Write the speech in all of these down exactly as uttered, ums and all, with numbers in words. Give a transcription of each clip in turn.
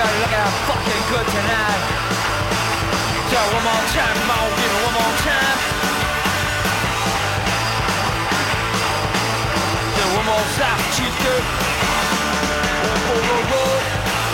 gotta look out fucking good tonight. So one more time, come on, give it one more time. Do one more soft cheesecake. Whoa, whoa, whoa, whoa.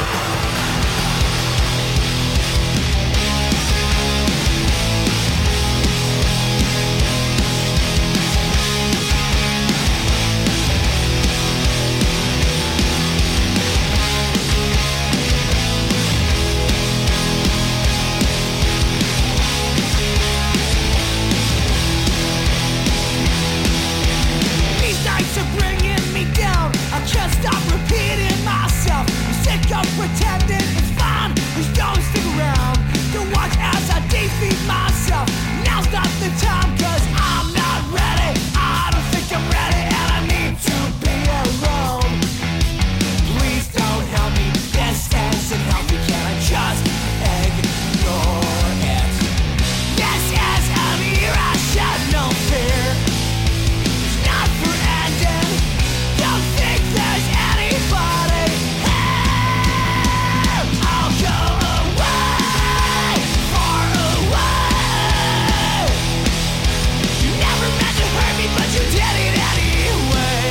Can't stop repeating myself. I'm sick of pretending it's fine. Please don't stick around to watch as I defeat myself. Now's not the time, cause I'm not ready. I don't think I'm ready, and I need to be alone. Please don't help me. This isn't healthy. Can I just ignore it? This is an irrational fear. It's not for ending. Don't think there's anybody here. I'll go away, far away. You never meant to hurt me, but you did it anyway.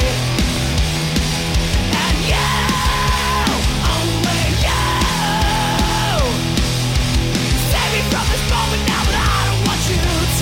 And you, only you, save me from this moment now, but I don't want you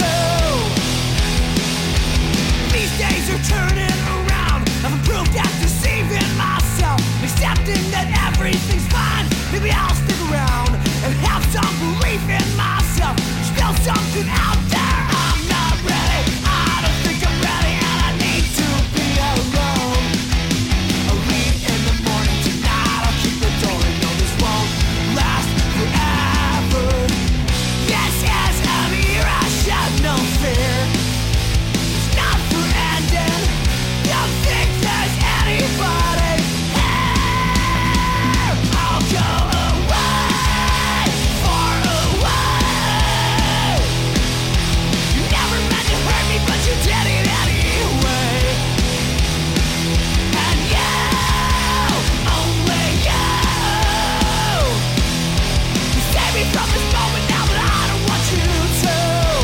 to. These days are turning around. I've improved at deceiving myself, accepting that everything's fine. Maybe I'll stick around and have some belief in myself. Still something out there. I'm not ready. I don't think I'm ready, and I need to be alone. I'll leave in the morning tonight. I'll keep the door and know this won't last forever. This is an irrational fear. It's not for ending. Don't think there's anybody here. I'll go away, far away. You never meant to hurt me, but you did it anyway. And you, only you, you save me from this moment now, but I don't want you to.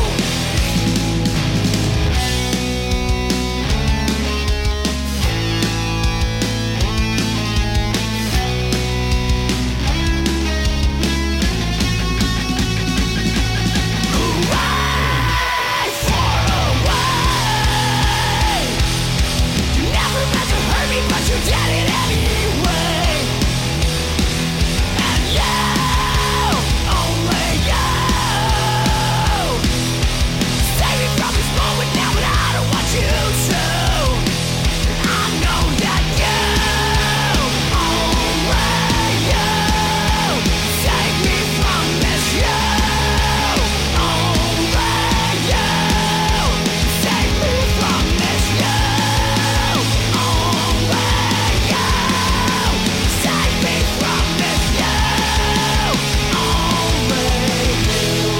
You did it anyway. And you, only you, save me from this moment now, but I don't want you to. I know that you, only you, save me from this. You, only you, save me from this. You, only save me from this, you, only you.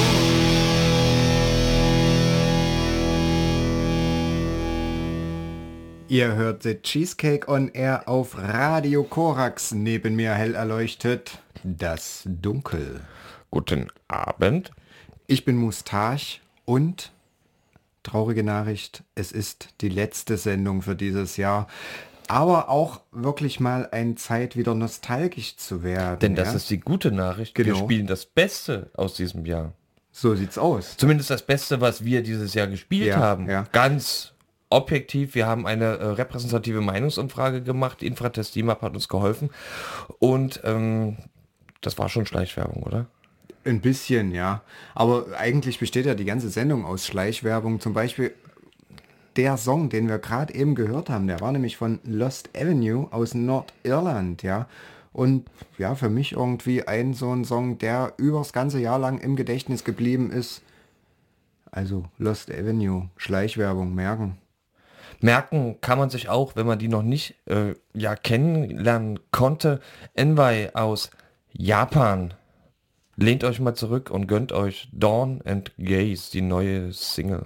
Ihr hört The Cheesecake on Air auf Radio Korax. Neben mir hell erleuchtet das Dunkel. Guten Abend. Ich bin Mustache und traurige Nachricht, es ist die letzte Sendung für dieses Jahr. Aber auch wirklich mal eine Zeit, wieder nostalgisch zu werden. Denn das ja? ist die gute Nachricht. Wir Genau. spielen das Beste aus diesem Jahr. So sieht's aus. Zumindest das Beste, was wir dieses Jahr gespielt Ja, haben. ja. Ganz objektiv. Wir haben eine äh, repräsentative Meinungsumfrage gemacht. Infratest D M A P hat uns geholfen. Und ähm, das war schon Schleichwerbung, oder? Ein bisschen, ja. Aber eigentlich besteht ja die ganze Sendung aus Schleichwerbung. Zum Beispiel der Song, den wir gerade eben gehört haben, der war nämlich von Lost Avenue aus Nordirland, ja. Und ja, für mich irgendwie ein so ein Song, der übers ganze Jahr lang im Gedächtnis geblieben ist. Also Lost Avenue, Schleichwerbung, merken. Merken kann man sich auch, wenn man die noch nicht äh, ja, kennenlernen konnte. Envy aus Japan. Lehnt euch mal zurück und gönnt euch Dawn and Gaze, die neue Single.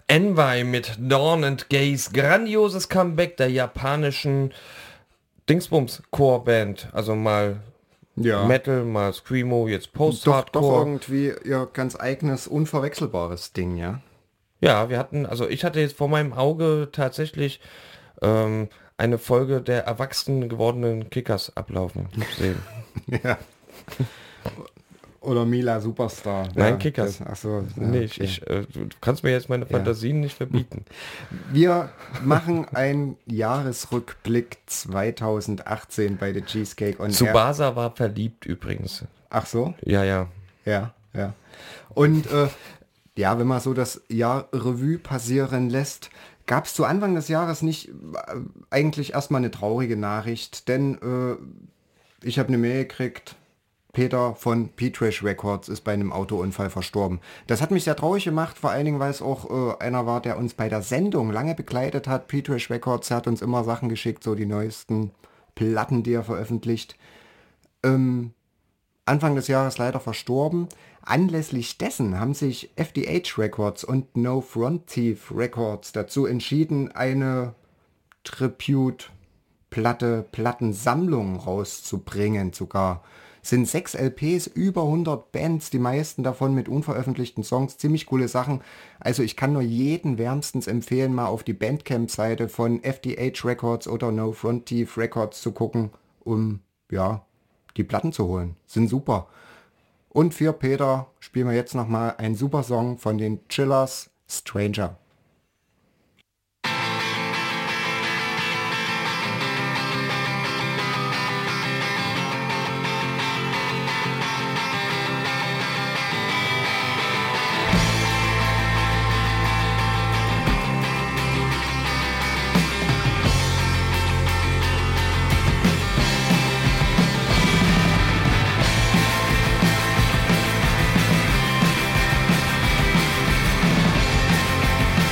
Envy mit Dawn and Gaze. Grandioses Comeback der japanischen Dingsbums-Core-Band. Also mal Ja. Metal, mal Screamo, jetzt Doch, doch Post-Hardcore. irgendwie ihr ganz eigenes, unverwechselbares Ding, ja. Ja, wir hatten, also ich hatte jetzt vor meinem Auge tatsächlich ähm, eine Folge der erwachsen gewordenen Kickers ablaufen sehen. Ja. Oder Mila Superstar. Nein, ja, Kickers. Das, ach so, ja, Nee, ich, okay. ich, äh, du kannst mir jetzt meine Fantasien nicht verbieten. Wir machen einen Jahresrückblick zweitausendachtzehn bei The Cheesecake on Air. Tsubasa war verliebt übrigens. Ach so? Ja, ja. Ja, ja. Und äh, ja, wenn man so das Jahr Revue passieren lässt, gab es zu Anfang des Jahres nicht äh, eigentlich erstmal eine traurige Nachricht, denn äh, ich habe eine Mail gekriegt, Peter von P-Trash Records ist bei einem Autounfall verstorben. Das hat mich sehr traurig gemacht, vor allen Dingen, weil es auch äh, einer war, der uns bei der Sendung lange begleitet hat. P-Trash Records hat uns immer Sachen geschickt, so die neuesten Platten, die er veröffentlicht. Ähm, Anfang des Jahres leider verstorben. Anlässlich dessen haben sich F D H Records und No Front Thief Records dazu entschieden, eine Tribute-Platte, Plattensammlung rauszubringen sogar. Sind sechs L Ps, über hundert Bands, die meisten davon mit unveröffentlichten Songs, ziemlich coole Sachen. Also ich kann nur jeden wärmstens empfehlen, mal auf die Bandcamp-Seite von F D H Records oder No Front Thief Records zu gucken, um, ja, die Platten zu holen. Sind super. Und für Peter spielen wir jetzt nochmal einen super Song von den Chillers, Stranger. Stranger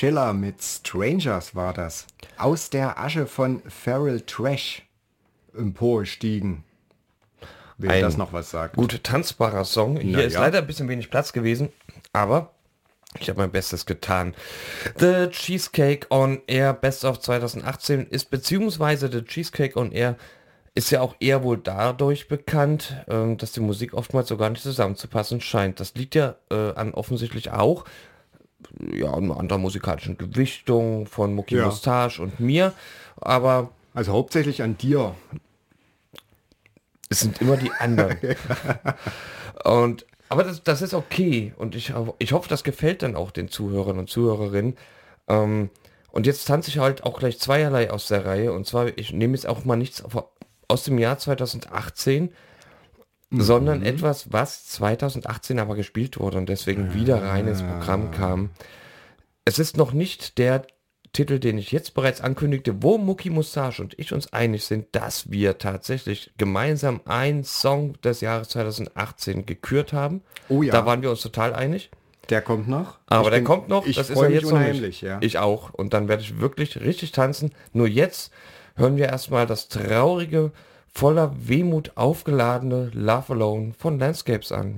Schiller mit Strangers war das. Aus der Asche von Feral Trash emporgestiegen. Wer Ein das noch was sagt. Gut tanzbarer Song. Hier Na ist ja. leider ein bisschen wenig Platz gewesen, aber ich habe mein Bestes getan. The Cheesecake on Air Best of zwanzig achtzehn ist, beziehungsweise The Cheesecake on Air ist ja auch eher wohl dadurch bekannt, ähm, dass die Musik oftmals so gar nicht zusammenzupassen scheint. Das liegt ja äh, an offensichtlich auch ja, einer anderen musikalischen Gewichtung von Mucki Ja. Mustache und mir, aber Also hauptsächlich an dir. es sind immer die anderen. Und aber das, das ist okay und ich, ho- ich hoffe, das gefällt dann auch den Zuhörern und Zuhörerinnen. Ähm, und jetzt tanze ich halt auch gleich zweierlei aus der Reihe, und zwar, ich nehme jetzt auch mal nichts auf- aus dem Jahr zwanzig achtzehn, sondern etwas, was zwanzig achtzehn aber gespielt wurde und deswegen wieder rein ins Programm kam. Es ist noch nicht der Titel, den ich jetzt bereits ankündigte, wo Mucki Mustache und ich uns einig sind, dass wir tatsächlich gemeinsam einen Song des Jahres zwanzig achtzehn gekürt haben. Oh ja. Da waren wir uns total einig. Der kommt noch. Aber Ich der bin- kommt noch, Ich das ist freue er mich jetzt noch unheimlich, nicht. ja. Ich auch. Und dann werde ich wirklich richtig tanzen. Nur jetzt hören wir erstmal das traurige, voller Wehmut aufgeladene Love Alone von Landscapes an.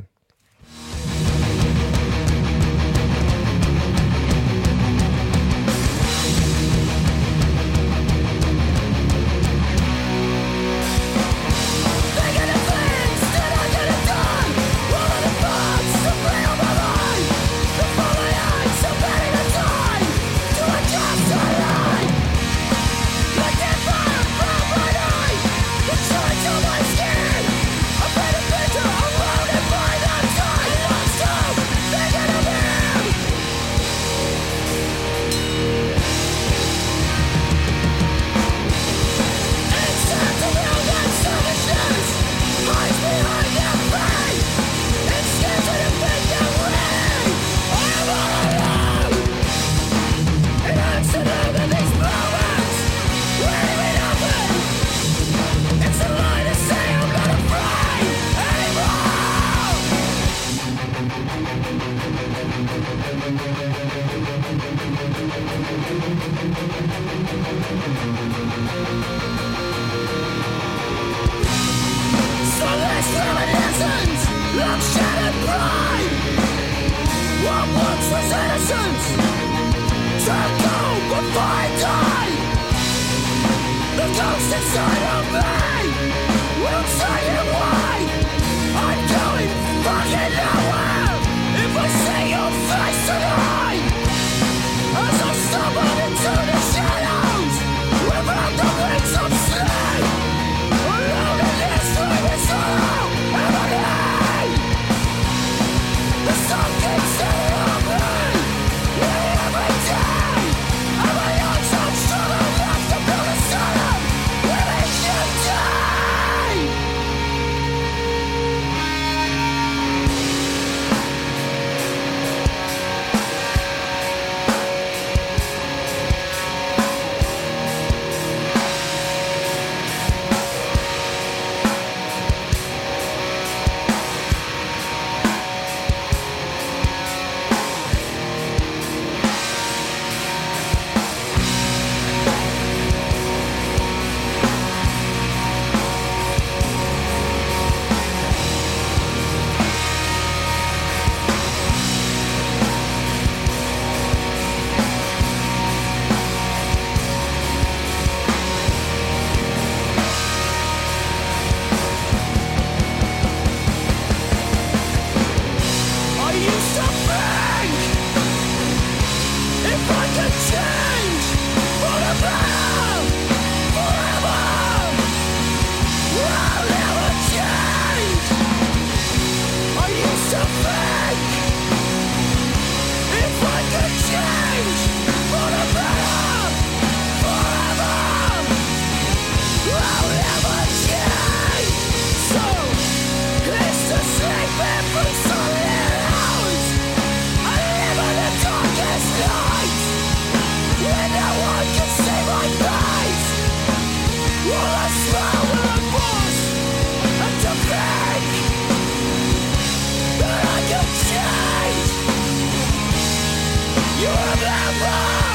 You are the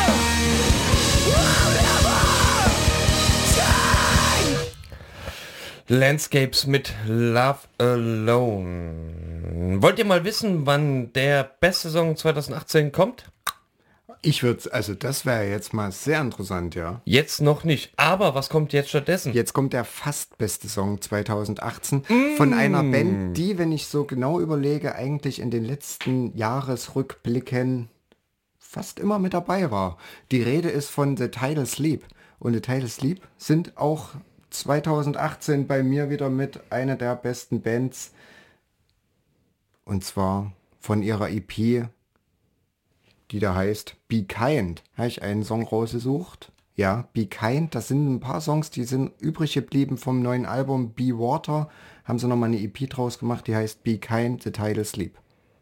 Landscapes mit Love Alone. Wollt ihr mal wissen, wann der beste Song zwanzig achtzehn kommt? Ich würde, also das wäre jetzt mal sehr interessant, ja. Jetzt noch nicht. Aber was kommt jetzt stattdessen? Jetzt kommt der fast beste Song zwanzig achtzehn mm. von einer Band, die, wenn ich so genau überlege, eigentlich in den letzten Jahresrückblicken fast immer mit dabei war. Die Rede ist von The Tidal Sleep. Und The Tidal Sleep sind auch zwanzig achtzehn bei mir wieder mit einer der besten Bands. Und zwar von ihrer E P, die da heißt Be Kind. Habe ich einen Song rausgesucht. Ja, Be Kind. Das sind ein paar Songs, die sind übrig geblieben vom neuen Album Be Water. Haben sie nochmal eine E P draus gemacht, die heißt Be Kind, The Tidal Sleep.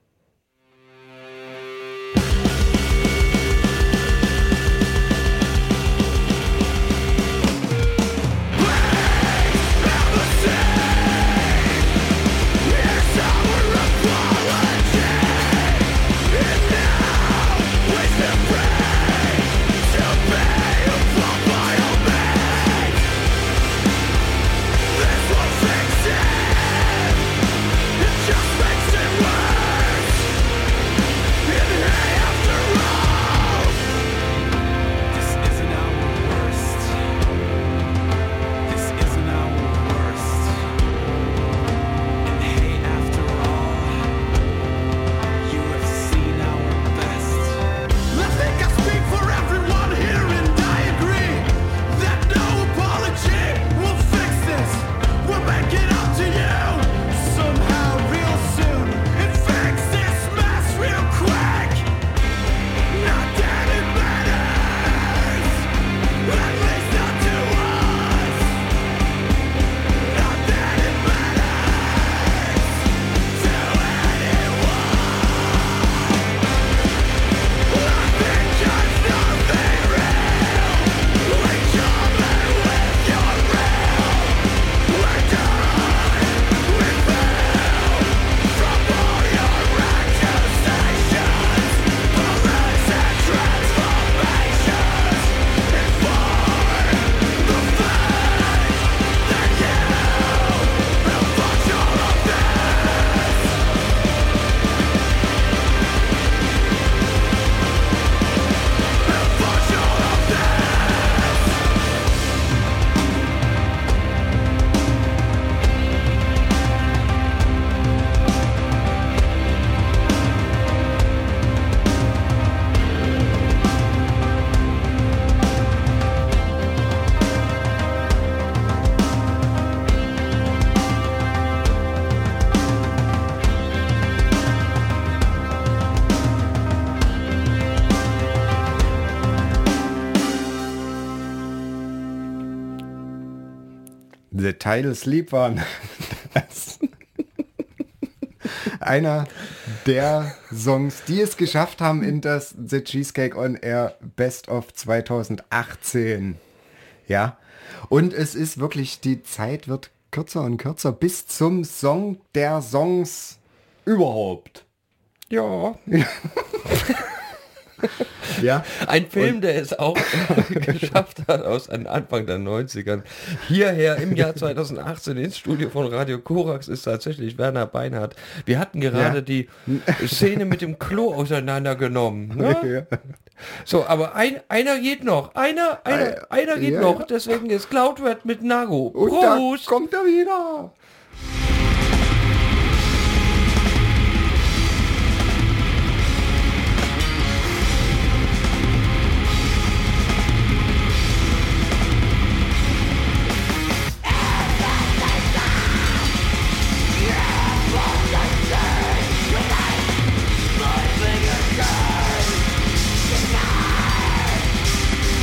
The Tidal Sleep waren das einer der Songs, die es geschafft haben in das The Cheesecake on Air Best of zwanzig achtzehn. Ja, und es ist wirklich, die Zeit wird kürzer und kürzer bis zum Song der Songs überhaupt. Ja. Ja. Ein Film, und der es auch geschafft hat, aus Anfang der neunzigern hierher im Jahr zwanzig achtzehn ins Studio von Radio Korax, ist tatsächlich Werner Beinhardt. Wir hatten gerade ja. die Szene mit dem Klo auseinandergenommen. Ne? Ja. So, aber ein, einer geht noch. Einer, einer, I, einer geht ja, noch. Ja. Deswegen ist Cloudred mit Nago. Und Prost. Da kommt er wieder.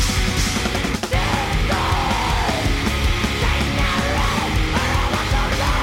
Never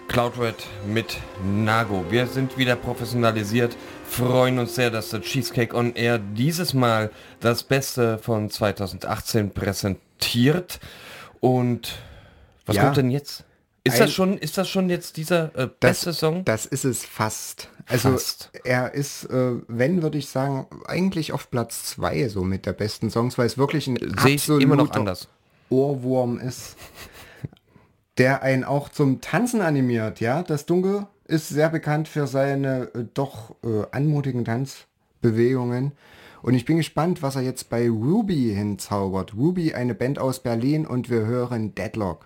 Cloud Red mit Nago. Wir sind wieder professionalisiert, freuen uns sehr, dass der Cheesecake on Air dieses Mal das Beste von zweitausendachtzehn präsentiert. Und was Ja. kommt denn jetzt? Ist Ein- das schon, ist das schon jetzt dieser äh, beste das, Song? Das ist es fast. Also Fast. er ist, äh, wenn würde ich sagen, eigentlich auf Platz zwei so mit der besten Songs, weil es wirklich ein Sehe ich immer noch absoluter anders. Ohrwurm ist, der einen auch zum Tanzen animiert. Ja, das Dunkel ist sehr bekannt für seine äh, doch äh, anmutigen Tanzbewegungen. Und ich bin gespannt, was er jetzt bei Ruby hinzaubert. Ruby, eine Band aus Berlin, und wir hören Deadlock.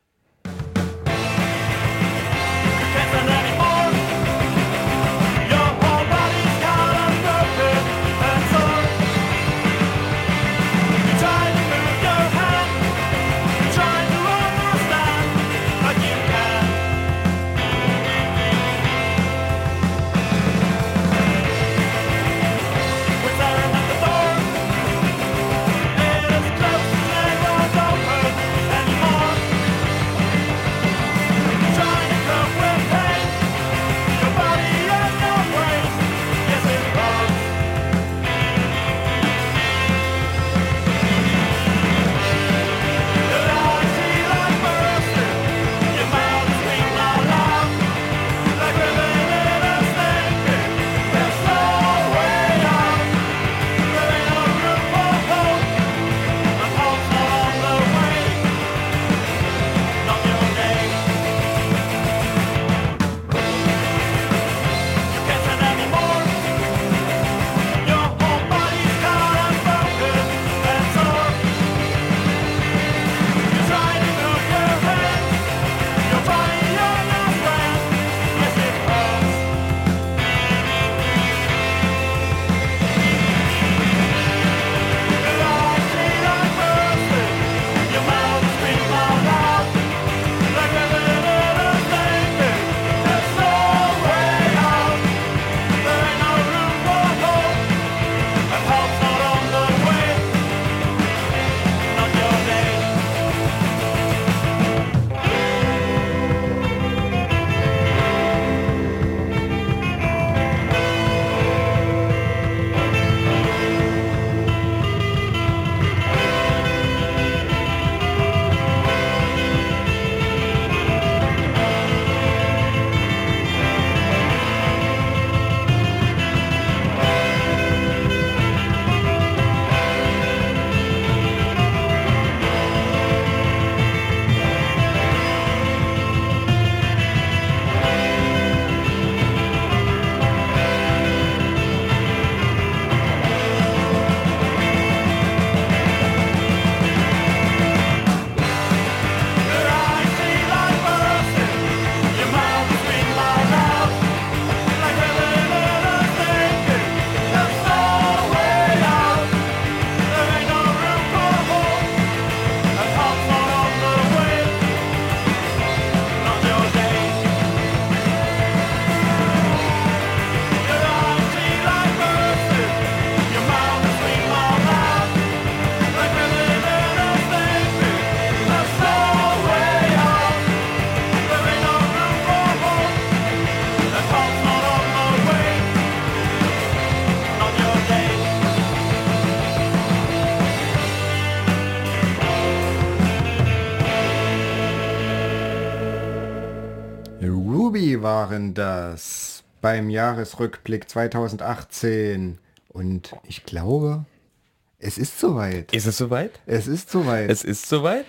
Ruby waren das beim Jahresrückblick zweitausendachtzehn. Und ich glaube, es ist soweit. Ist es soweit? Es ist soweit. Es ist soweit?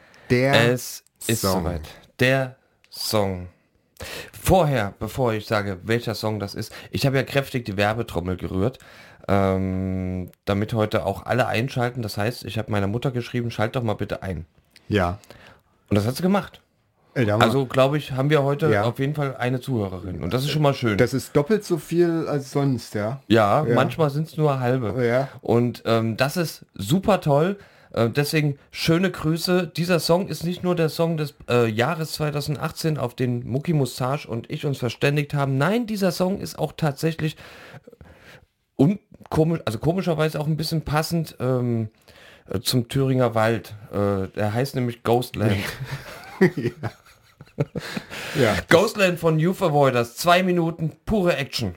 Der Es ist Song. soweit. Der Song. Vorher, bevor ich sage, welcher Song das ist, ich habe ja kräftig die Werbetrommel gerührt, ähm, damit heute auch alle einschalten. Das heißt, ich habe meiner Mutter geschrieben, schalt doch mal bitte ein. Ja. Und das hat sie gemacht. Äh, da haben wir- Also, glaube ich, haben wir heute Ja. auf jeden Fall eine Zuhörerin. Und das ist schon mal schön. das ist doppelt so viel als sonst, ja. Ja, Ja. manchmal sind es nur halbe. Ja. Und ähm, das ist super toll. Äh, deswegen schöne Grüße. Dieser Song ist nicht nur der Song des äh, Jahres zweitausendachtzehn, auf den Mucki Mustache und ich uns verständigt haben. Nein, dieser Song ist auch tatsächlich un komisch, also komischerweise auch ein bisschen passend ähm, äh, zum Thüringer Wald. Äh, der heißt nämlich Ghostland. Ja. Ghostland von Youth Avoiders, zwei Minuten pure Action.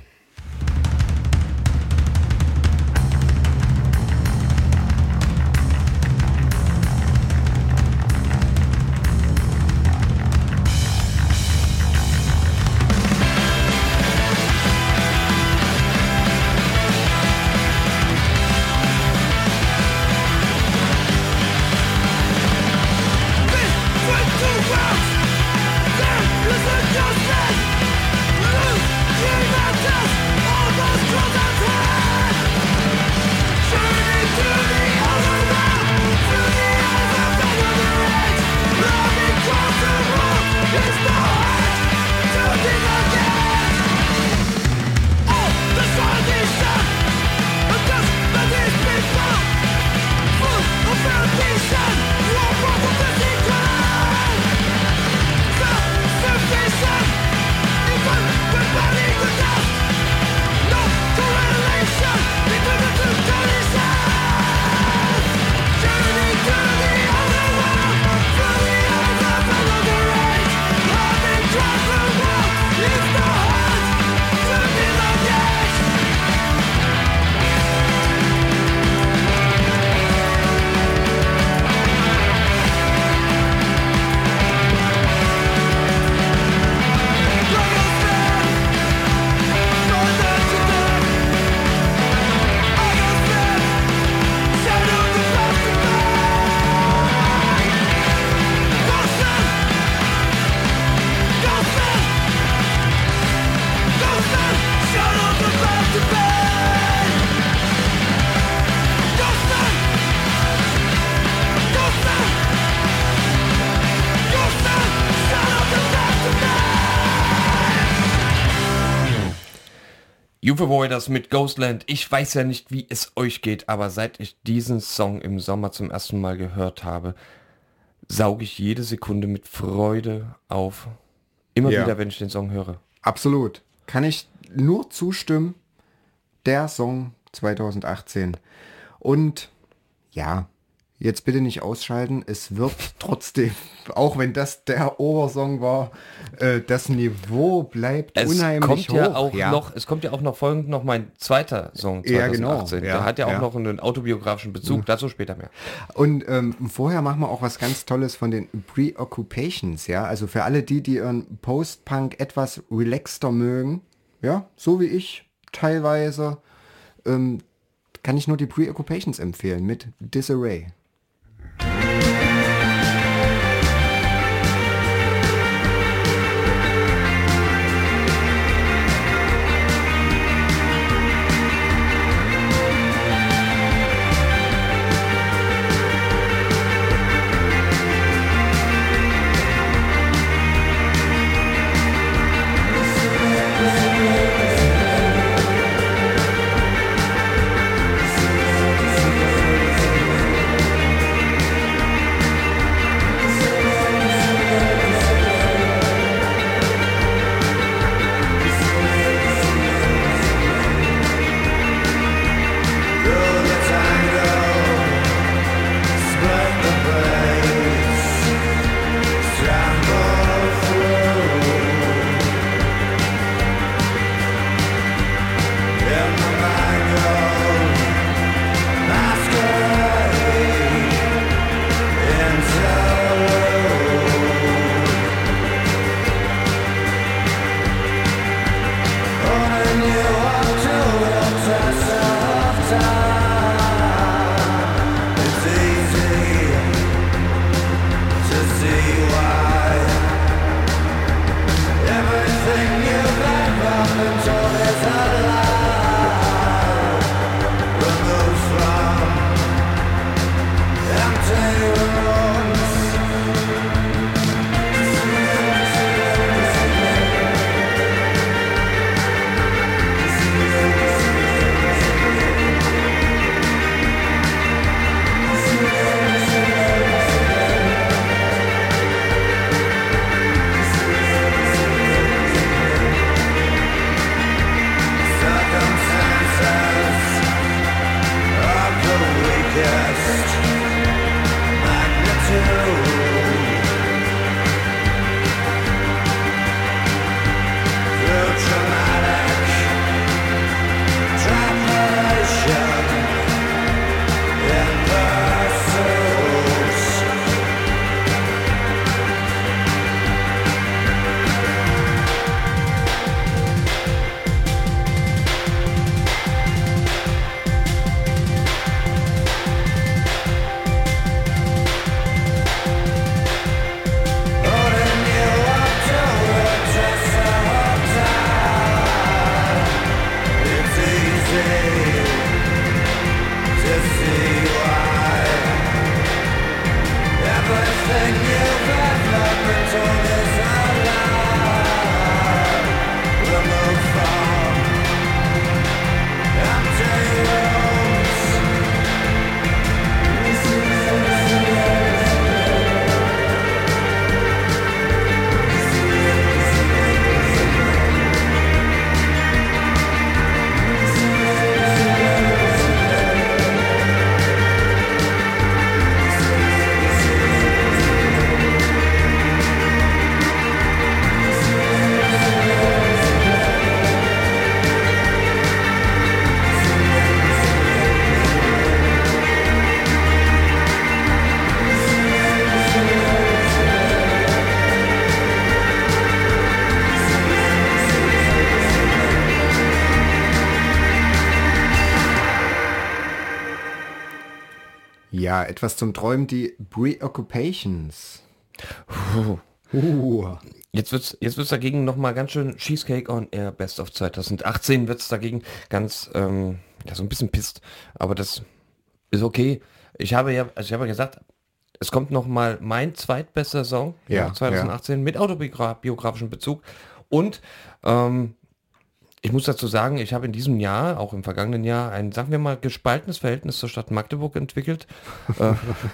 Youth Avoiders mit Ghostland. Ich weiß ja nicht, wie es euch geht, aber seit ich diesen Song im Sommer zum ersten Mal gehört habe, sauge ich jede Sekunde mit Freude auf. Immer Ja. wieder, wenn ich den Song höre. Absolut. Kann ich nur zustimmen. Der Song zwanzig achtzehn. Und ja, jetzt bitte nicht ausschalten. Es wird trotzdem, auch wenn das der Obersong war, äh, das Niveau bleibt Es unheimlich kommt hoch. ja auch noch, es kommt ja auch noch folgend noch mein zweiter Song Ja, zwanzig genau. achtzehn. Ja, Der hat ja auch ja. noch einen autobiografischen Bezug, dazu später mehr. Und ähm, vorher machen wir auch was ganz Tolles von den Preoccupations, ja. Also für alle die, die ihren Post-Punk etwas relaxter mögen, ja, so wie ich teilweise, ähm, kann ich nur die Preoccupations empfehlen mit Disarray. Disarray. Ja, etwas zum Träumen, die Preoccupations. Uh. Uh. Jetzt wird's, jetzt wird's dagegen nochmal ganz schön Cheesecake on Air Best of zwanzig achtzehn wird's dagegen ganz, ähm, ja, so ein bisschen pisst. Aber das ist okay. Ich habe ja, also ich habe ja gesagt, es kommt nochmal mein zweitbester Song ja, zwanzig achtzehn ja. mit autobiografischem Bezug. Und ähm, ich muss dazu sagen, ich habe in diesem Jahr, auch im vergangenen Jahr, ein, sagen wir mal, gespaltenes Verhältnis zur Stadt Magdeburg entwickelt. äh,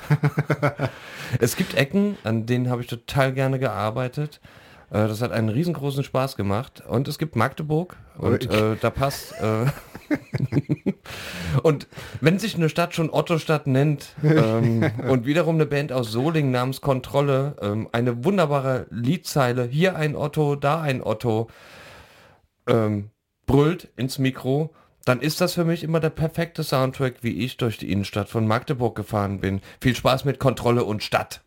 es gibt Ecken, an denen habe ich total gerne gearbeitet. Äh, das hat einen riesengroßen Spaß gemacht. Und es gibt Magdeburg und äh, da passt... Äh, und wenn sich eine Stadt schon Otto-Stadt nennt ähm, und wiederum eine Band aus Solingen namens Kontrolle, ähm, eine wunderbare Liedzeile, hier ein Otto, da ein Otto, ähm, brüllt ins Mikro, dann ist das für mich immer der perfekte Soundtrack, wie ich durch die Innenstadt von Magdeburg gefahren bin. Viel Spaß mit Kontrolle und Stadt.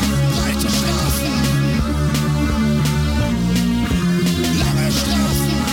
Straßen,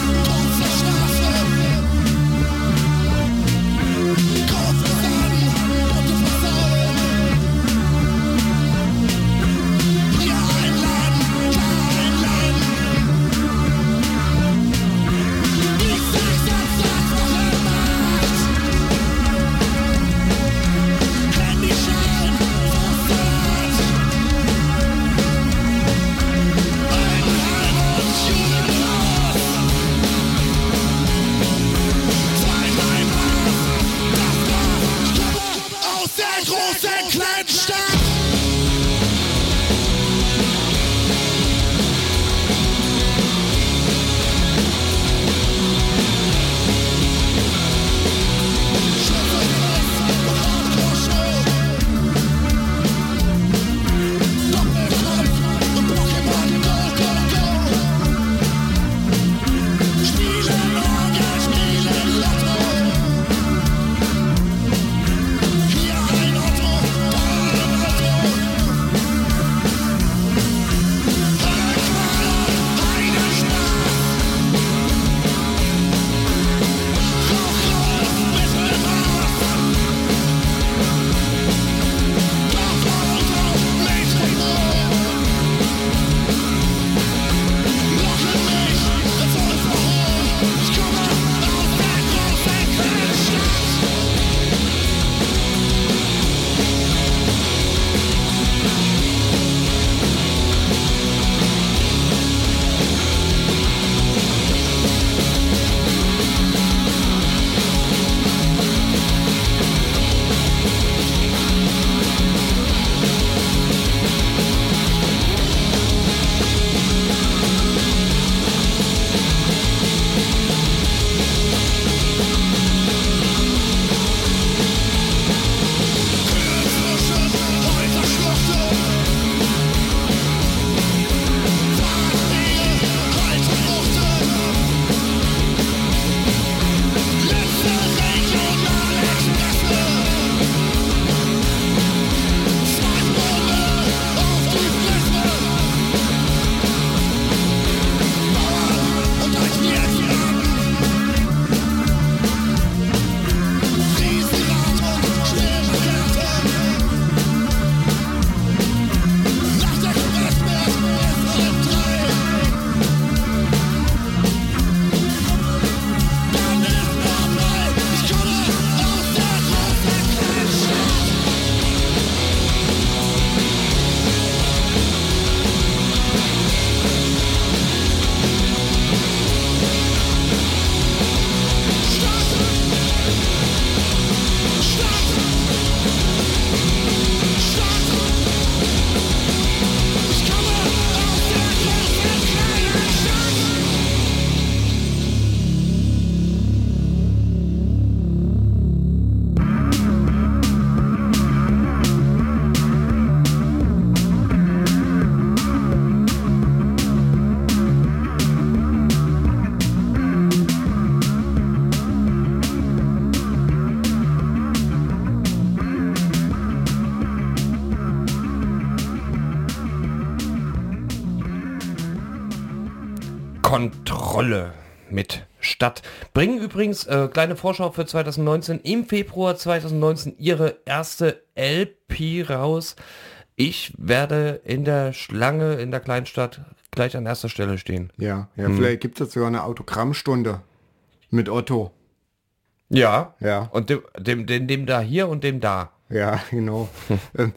Kontrolle mit Stadt. Bringen übrigens, äh, kleine Vorschau für zwanzig neunzehn, im Februar zwanzig neunzehn ihre erste L P raus. Ich werde in der Schlange in der Kleinstadt gleich an erster Stelle stehen. Ja, ja, hm. Vielleicht gibt es sogar eine Autogrammstunde mit Otto. Ja, ja. Und dem, dem, dem, dem da hier und dem da. Ja, genau. ähm,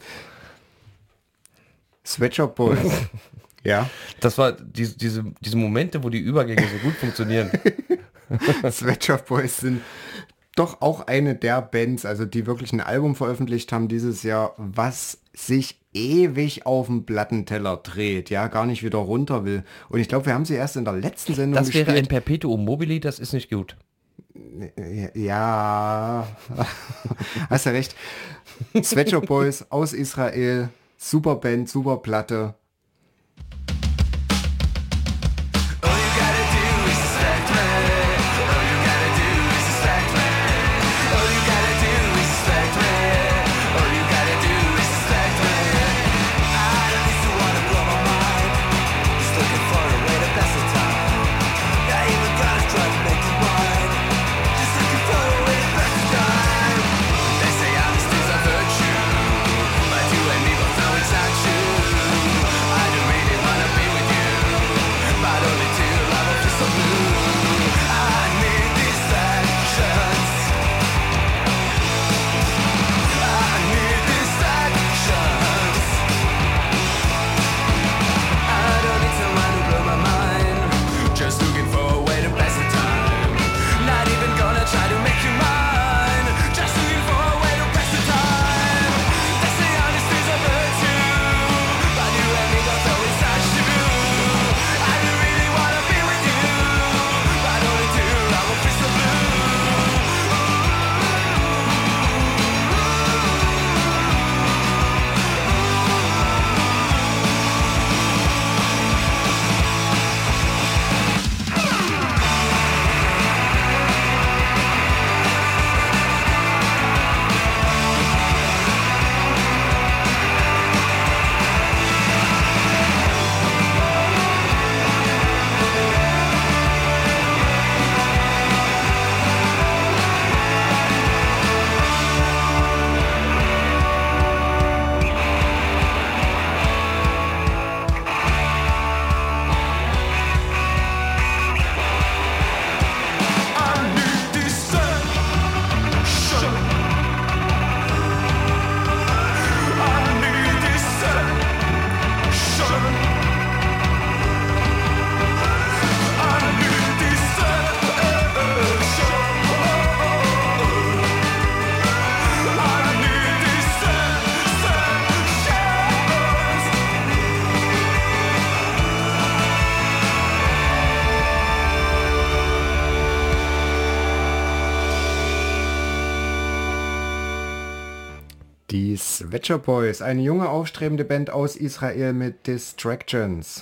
Sweatshop Boys. Ja. Das war die, diese, diese Momente, wo die Übergänge so gut funktionieren. Sweatshop Boys sind doch auch eine der Bands, also die wirklich ein Album veröffentlicht haben dieses Jahr, was sich ewig auf dem Plattenteller dreht, ja, gar nicht wieder runter will. Und ich glaube, wir haben sie erst in der letzten Sendung das gespielt. Das wäre ein Perpetuum mobile, das ist nicht gut. Ja, hast ja recht. Sweatshop Boys aus Israel, super Band, super Platte. Die Sweatshop Boys, eine junge aufstrebende Band aus Israel mit Distractions.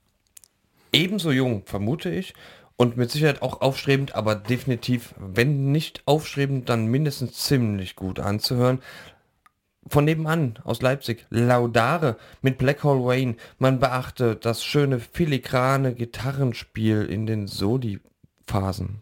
Ebenso jung, vermute ich. Und mit Sicherheit auch aufstrebend, aber definitiv, wenn nicht aufstrebend, dann mindestens ziemlich gut anzuhören. Von nebenan, aus Leipzig, Laudare mit Black Hole Wayne. Man beachte das schöne filigrane Gitarrenspiel in den Soli-Phasen.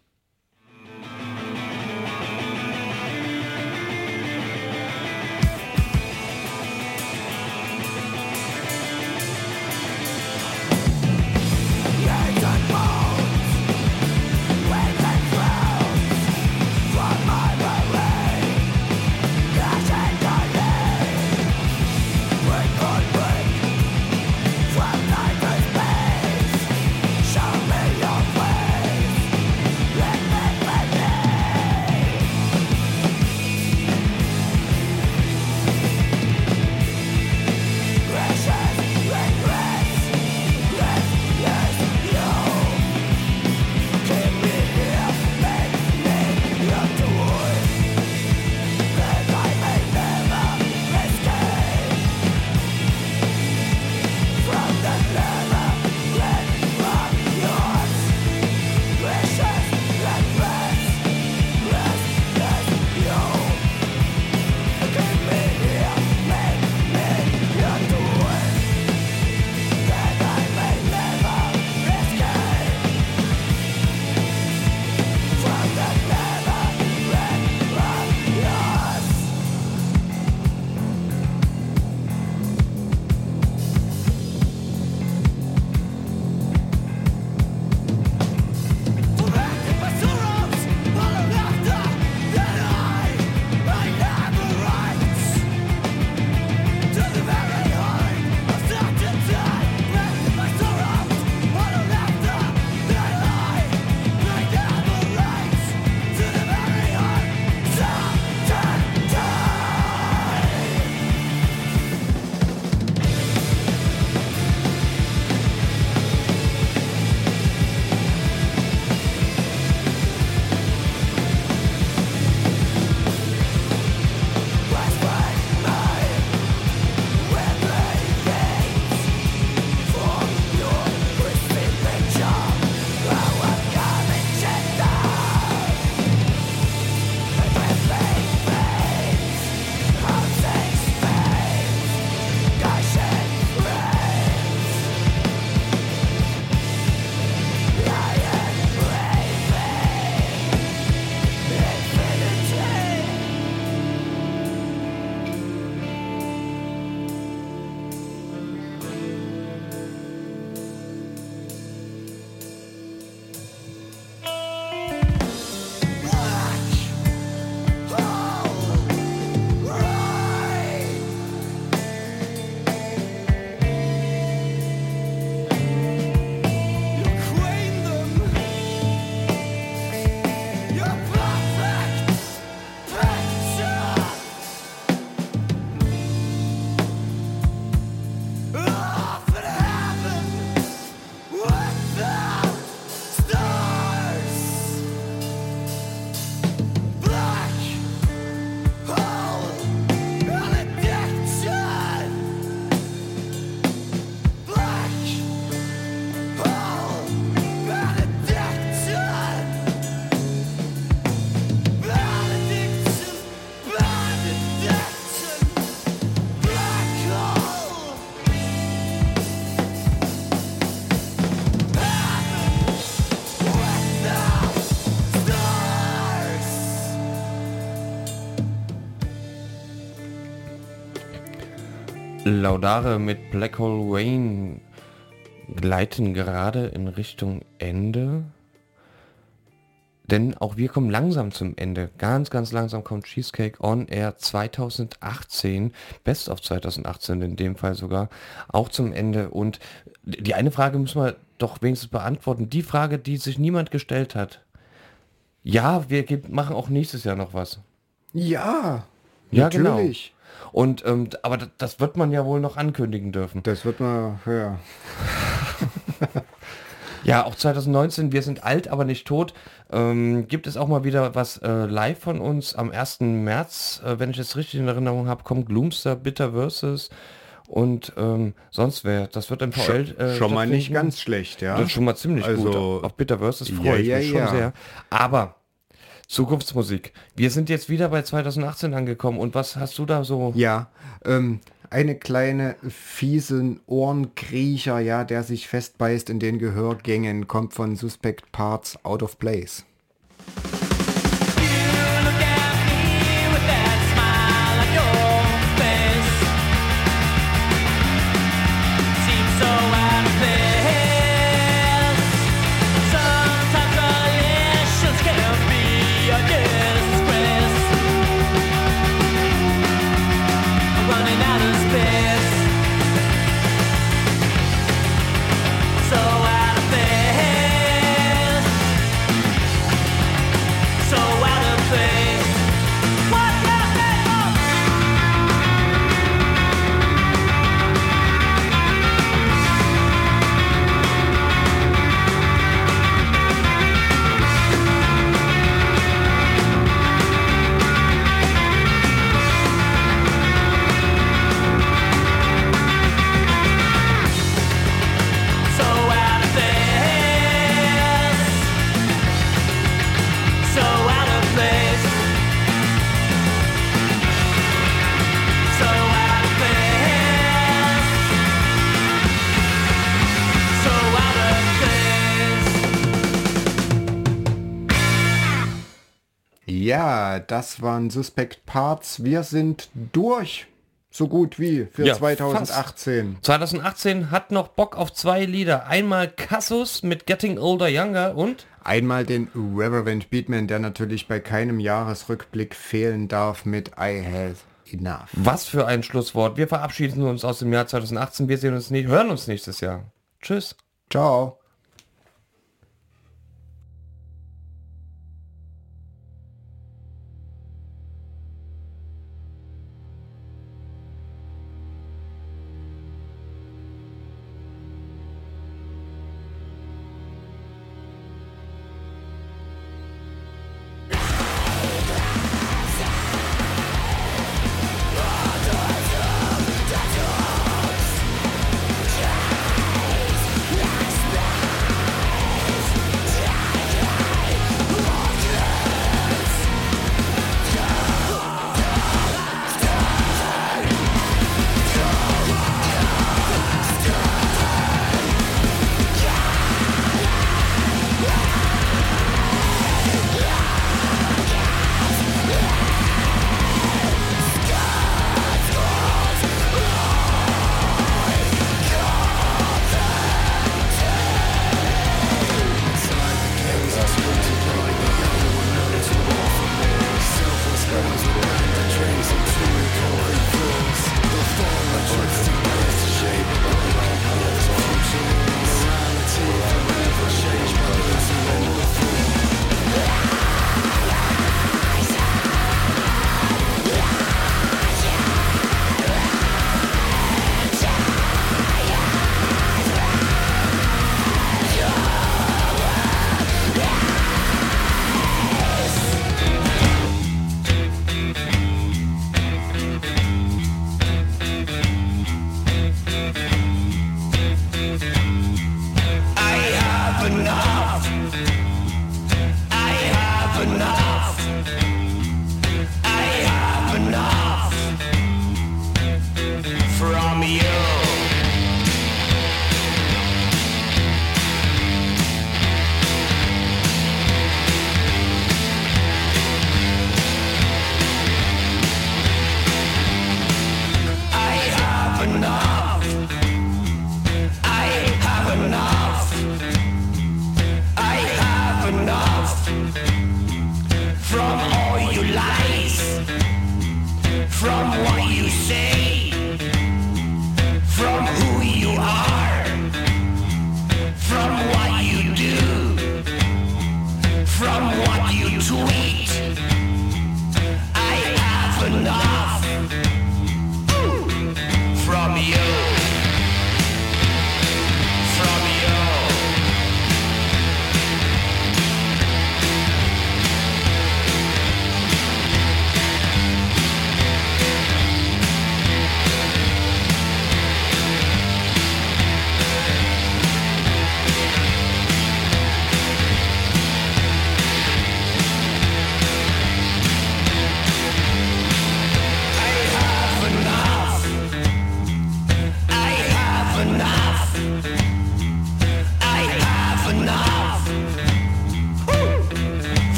Show me your face. Laudare mit Black Hole Rain gleiten gerade in Richtung Ende. Denn auch wir kommen langsam zum Ende. Ganz, ganz langsam kommt Cheesecake on Air zwanzig achtzehn, Best of zwanzig achtzehn in dem Fall sogar, auch zum Ende. Und die eine Frage müssen wir doch wenigstens beantworten. Die Frage, die sich niemand gestellt hat. Ja, wir machen auch nächstes Jahr noch was. Ja, Ja, natürlich. genau. Und ähm, aber das, das wird man ja wohl noch ankündigen dürfen. Das wird man, ja. Ja, auch zwanzig neunzehn, wir sind alt, aber nicht tot. Ähm, gibt es auch mal wieder was äh, live von uns am ersten März, äh, wenn ich es richtig in Erinnerung habe, kommt Gloomster, Bitter Versus und ähm, sonst wer. Das wird im V L äh, Schon mal nicht stattfinden. ganz schlecht, ja. Das ist schon mal ziemlich Also, gut. Auf Bitter Versus freue ja, ich ja, mich schon ja. sehr. Aber Zukunftsmusik. Wir sind jetzt wieder bei zwanzig achtzehn angekommen und was hast du da so? Ja, ähm, eine kleine fiesen Ohrenkriecher, ja, der sich festbeißt in den Gehörgängen, kommt von Suspect Parts, Out of Place. Ja, das waren Suspect Parts. Wir sind durch. So gut wie für Ja, zwanzig achtzehn. zwanzig achtzehn hat noch Bock auf zwei Lieder. Einmal Cassus mit Getting Older Younger und Einmal den Reverend Beatman, der natürlich bei keinem Jahresrückblick fehlen darf mit I Have Enough. was für ein Schlusswort. Wir verabschieden uns aus dem Jahr zwanzig achtzehn. Wir sehen uns nicht, hören uns nächstes Jahr. Tschüss. Ciao.